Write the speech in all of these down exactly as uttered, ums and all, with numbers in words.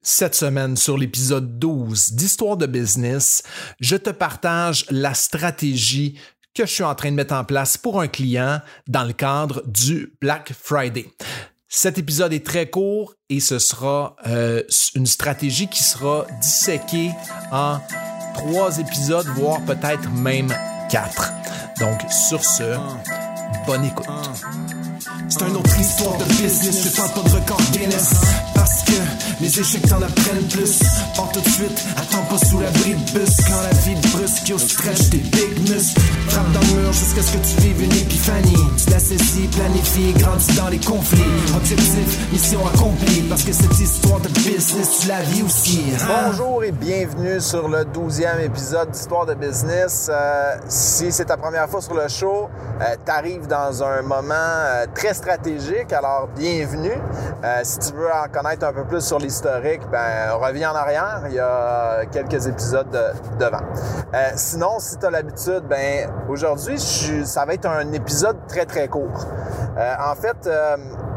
Cette semaine, sur l'épisode douze d'Histoire de business, je te partage la stratégie que je suis en train de mettre en place pour un client dans le cadre du Black Friday. Cet épisode est très court et ce sera euh, une stratégie qui sera disséquée en trois épisodes, voire peut-être même quatre. Donc, sur ce, bonne écoute. C'est une autre histoire de business, je parle pas de record Guinness. Parce que les échecs t'en apprennent plus. Pars tout de suite, attends pas sous l'abri de bus. Quand la vie te brusque, yo stretch tes big muscles. Frappe dans le mur jusqu'à ce que tu vives une épiphanie. Tu l'assaisies, planifie, grandis dans les conflits. Objectif, mission accomplie. Parce que cette histoire de business, tu la vis aussi. Hein? Bonjour et bienvenue sur le douzième épisode d'Histoire de business. Euh, si c'est ta première fois sur le show, euh, t'arrives dans un moment euh, très stratégique, alors bienvenue. Euh, si tu veux en connaître un peu plus sur l'historique, ben reviens en arrière, il y a quelques épisodes de, devant. Euh, sinon, si tu as l'habitude, ben aujourd'hui, je, ça va être un épisode très très court. Euh, en fait, euh,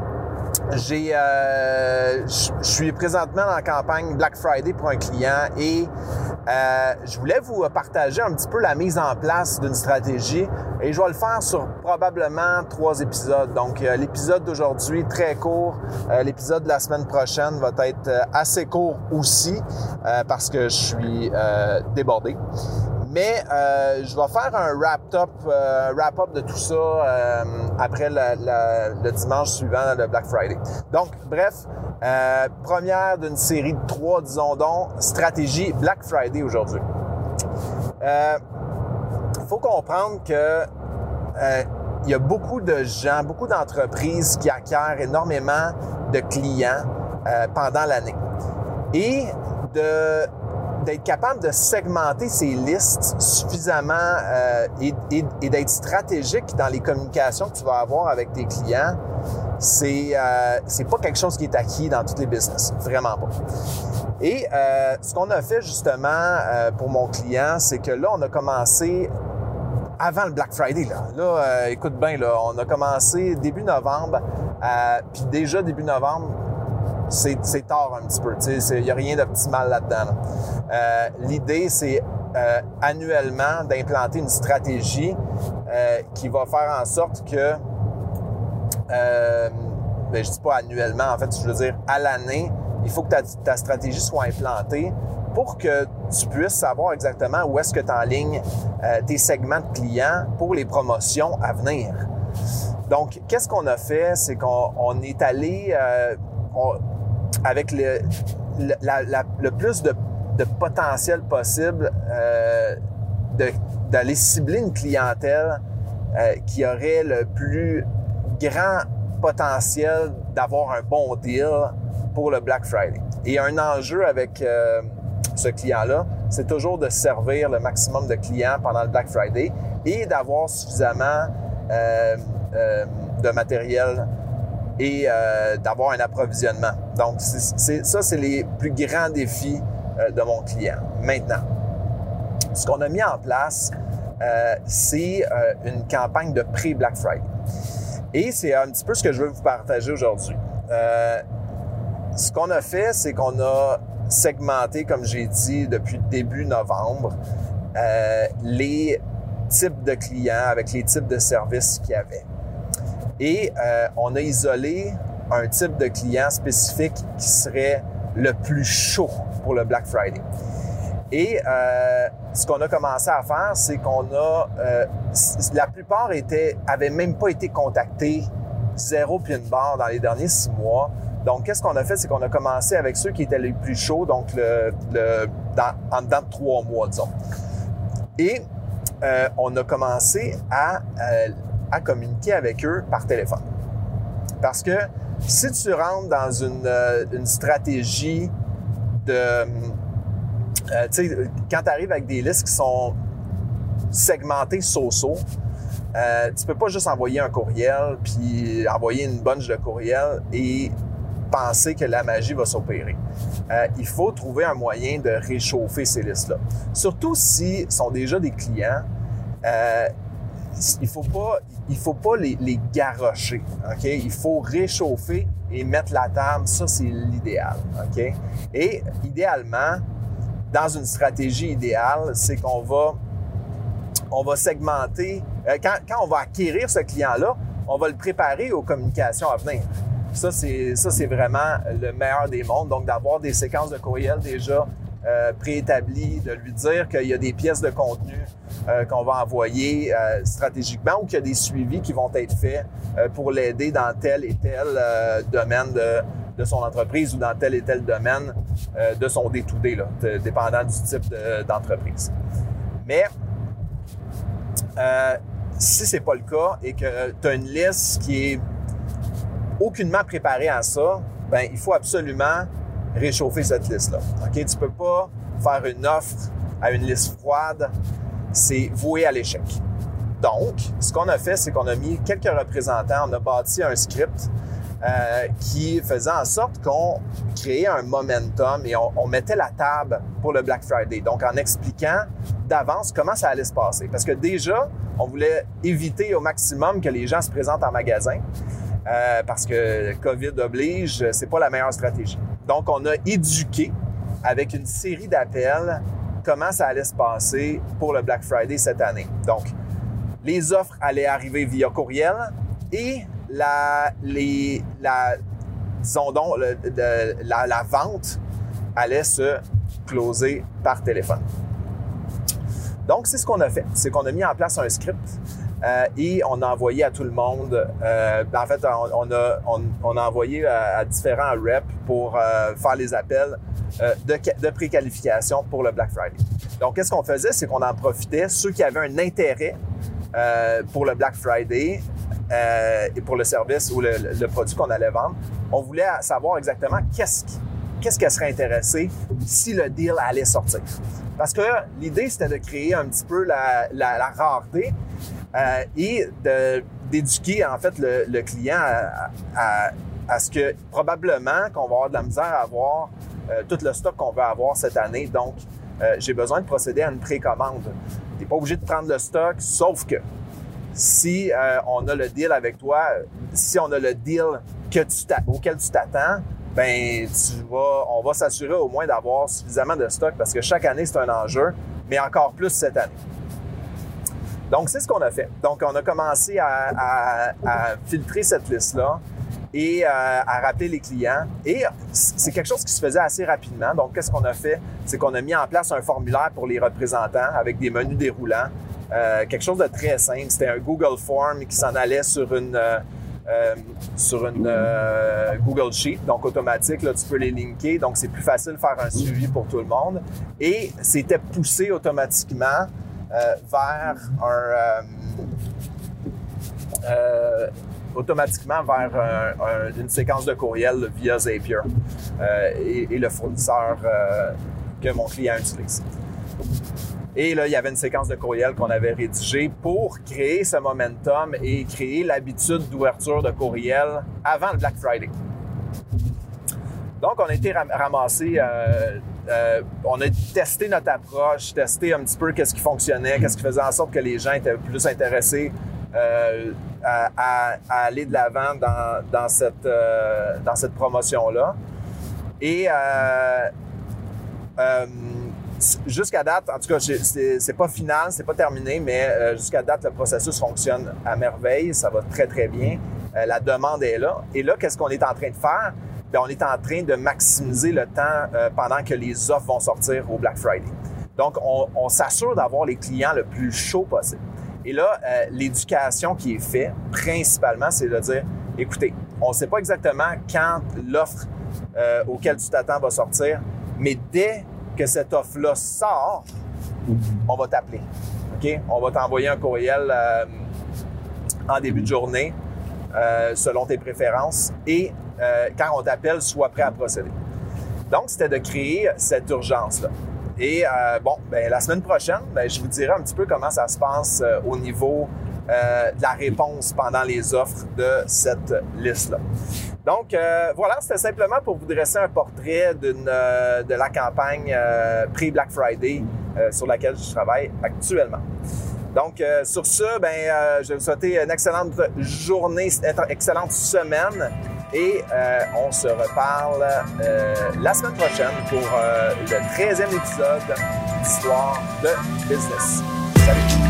j'ai, euh, je suis présentement en campagne Black Friday pour un client et euh, je voulais vous partager un petit peu la mise en place d'une stratégie et je vais le faire sur probablement trois épisodes. Donc, euh, l'épisode d'aujourd'hui, très court. Euh, l'épisode de la semaine prochaine va être euh, assez court aussi euh, parce que je suis euh, débordé. Mais euh, je vais faire un wrap-up, euh, wrap-up de tout ça euh, après la, la, le dimanche suivant, le Black Friday. Donc, bref, euh, première d'une série de trois, disons donc, stratégie Black Friday aujourd'hui. Il euh, faut comprendre que euh, il y a beaucoup de gens, beaucoup d'entreprises qui acquièrent énormément de clients euh, pendant l'année. Et de... d'être capable de segmenter ces listes suffisamment euh, et, et, et d'être stratégique dans les communications que tu vas avoir avec tes clients, c'est euh, c'est pas quelque chose qui est acquis dans tous les business, vraiment pas. Et euh, ce qu'on a fait justement euh, pour mon client, c'est que là, on a commencé avant le Black Friday. Là, là euh, écoute bien, là, on a commencé début novembre, euh, puis déjà début novembre, C'est, c'est tard un petit peu, tu sais, il n'y a rien d'optimal là-dedans. Là. Euh, l'idée, c'est euh, annuellement d'implanter une stratégie euh, qui va faire en sorte que, euh, ben, je dis pas annuellement, en fait, je veux dire à l'année, il faut que ta, ta stratégie soit implantée pour que tu puisses savoir exactement où est-ce que tu enlignes euh, tes segments de clients pour les promotions à venir. Donc, qu'est-ce qu'on a fait? C'est qu'on on est allé... Euh, on, avec le, le, la, la, le plus de, de potentiel possible euh, de, d'aller cibler une clientèle euh, qui aurait le plus grand potentiel d'avoir un bon deal pour le Black Friday. Et un enjeu avec euh, ce client-là, c'est toujours de servir le maximum de clients pendant le Black Friday et d'avoir suffisamment euh, euh, de matériel et euh, d'avoir un approvisionnement. Donc, c'est, c'est, ça, c'est les plus grands défis euh, de mon client. Maintenant, ce qu'on a mis en place, euh, c'est euh, une campagne de pré-Black Friday. Et c'est un petit peu ce que je veux vous partager aujourd'hui. Euh, ce qu'on a fait, c'est qu'on a segmenté, comme j'ai dit, depuis début novembre, euh, les types de clients avec les types de services qu'il y avait. Et euh, on a isolé un type de client spécifique qui serait le plus chaud pour le Black Friday. Et euh, ce qu'on a commencé à faire, c'est qu'on a... Euh, la plupart étaient, avaient même pas été contactés, zéro puis une barre dans les derniers six mois. Donc, qu'est-ce qu'on a fait? C'est qu'on a commencé avec ceux qui étaient les plus chauds, donc le, le, dans, en dedans de trois mois, disons. Et euh, on a commencé à... Euh, à communiquer avec eux par téléphone. Parce que si tu rentres dans une, euh, une stratégie de... Euh, tu sais, quand tu arrives avec des listes qui sont segmentées so-so, euh, tu peux pas juste envoyer un courriel puis envoyer une bunch de courriels et penser que la magie va s'opérer. Euh, il faut trouver un moyen de réchauffer ces listes-là. Surtout si sont déjà des clients, euh, il faut pas, il faut pas les, les garrocher, OK? Il faut réchauffer et mettre la table. Ça, c'est l'idéal, OK? Et idéalement, dans une stratégie idéale, c'est qu'on va, on va segmenter. Euh, quand, quand on va acquérir ce client-là, on va le préparer aux communications à venir. Ça, c'est, ça, c'est vraiment le meilleur des mondes. Donc, d'avoir des séquences de courriel déjà euh, préétablies, de lui dire qu'il y a des pièces de contenu euh, qu'on va envoyer euh, stratégiquement ou qu'il y a des suivis qui vont être faits euh, pour l'aider dans tel et tel euh, domaine de, de son entreprise ou dans tel et tel domaine euh, de son day-to-day, là, de, dépendant du type de, d'entreprise. Mais euh, si c'est pas le cas et que tu as une liste qui est aucunement préparée à ça, ben il faut absolument réchauffer cette liste-là. OK? Tu peux pas faire une offre à une liste froide, c'est voué à l'échec. Donc, ce qu'on a fait, c'est qu'on a mis quelques représentants, on a bâti un script euh, qui faisait en sorte qu'on créait un momentum et on, on mettait la table pour le Black Friday. Donc, en expliquant d'avance comment ça allait se passer. Parce que déjà, on voulait éviter au maximum que les gens se présentent en magasin. Euh, parce que COVID oblige, c'est pas la meilleure stratégie. Donc, on a éduqué avec une série d'appels comment ça allait se passer pour le Black Friday cette année. Donc, les offres allaient arriver via courriel et la, les, la, disons donc, le, de, la, la vente allait se closer par téléphone. Donc, c'est ce qu'on a fait. C'est qu'on a mis en place un script Euh, et on a envoyé à tout le monde. Euh, en fait, on, on, a, on, on a envoyé à, à différents reps pour euh, faire les appels euh, de, de préqualification pour le Black Friday. Donc, qu'est-ce qu'on faisait? C'est qu'on en profitait. Ceux qui avaient un intérêt euh, pour le Black Friday euh, et pour le service ou le, le produit qu'on allait vendre, on voulait savoir exactement qu'est-ce qui, qu'est-ce qu'elle serait intéressée si le deal allait sortir. Parce que l'idée, c'était de créer un petit peu la, la, la rareté euh, et de, d'éduquer, en fait, le, le client à, à, à ce que, probablement, qu'on va avoir de la misère à avoir euh, tout le stock qu'on veut avoir cette année. Donc, euh, j'ai besoin de procéder à une précommande. Tu n'es pas obligé de prendre le stock, sauf que si euh, on a le deal avec toi, si on a le deal que tu auquel tu t'attends, ben tu vas, on va s'assurer au moins d'avoir suffisamment de stock parce que chaque année, c'est un enjeu, mais encore plus cette année. Donc, c'est ce qu'on a fait. Donc, on a commencé à, à, à filtrer cette liste-là et à, à rappeler les clients. Et c'est quelque chose qui se faisait assez rapidement. Donc, qu'est-ce qu'on a fait? C'est qu'on a mis en place un formulaire pour les représentants avec des menus déroulants. Euh, quelque chose de très simple. C'était un Google Form qui s'en allait sur une... Euh, Euh, sur une euh, Google Sheet, donc automatique, là, tu peux les linker, donc c'est plus facile de faire un suivi pour tout le monde. Et c'était poussé automatiquement euh, vers un... Euh, euh, automatiquement vers un, un, une séquence de courriel via Zapier euh, et, et le fournisseur euh, que mon client utilise. Et là, il y avait une séquence de courriel qu'on avait rédigée pour créer ce momentum et créer l'habitude d'ouverture de courriel avant le Black Friday. Donc, on a été ram- ramassé, euh, euh, on a testé notre approche, testé un petit peu qu'est-ce qui fonctionnait, qu'est-ce qui faisait en sorte que les gens étaient plus intéressés euh, à, à, à aller de l'avant dans, dans, cette, euh, dans cette promotion-là. Et euh, euh, jusqu'à date, en tout cas, c'est, c'est pas final, c'est pas terminé, mais euh, jusqu'à date, le processus fonctionne à merveille, ça va très, très bien. Euh, la demande est là. Et là, qu'est-ce qu'on est en train de faire? Bien, on est en train de maximiser le temps euh, pendant que les offres vont sortir au Black Friday. Donc, on, on s'assure d'avoir les clients le plus chaud possible. Et là, euh, l'éducation qui est faite, principalement, c'est de dire, écoutez, on ne sait pas exactement quand l'offre euh, auquel tu t'attends va sortir, mais dès que cette offre-là sort, on va t'appeler. OK? On va t'envoyer un courriel euh, en début de journée euh, selon tes préférences et euh, quand on t'appelle, sois prêt à procéder. Donc, c'était de créer cette urgence-là. Et euh, bon, ben, la semaine prochaine, ben, je vous dirai un petit peu comment ça se passe euh, au niveau euh, de la réponse pendant les offres de cette liste-là. Donc, euh, voilà, c'était simplement pour vous dresser un portrait d'une, euh, de la campagne euh, pré-Black Friday euh, sur laquelle je travaille actuellement. Donc, euh, sur ce, ben, euh, je vais vous souhaiter une excellente journée, une excellente semaine et euh, on se reparle euh, la semaine prochaine pour euh, le treizième épisode d'Histoire de Business. Salut!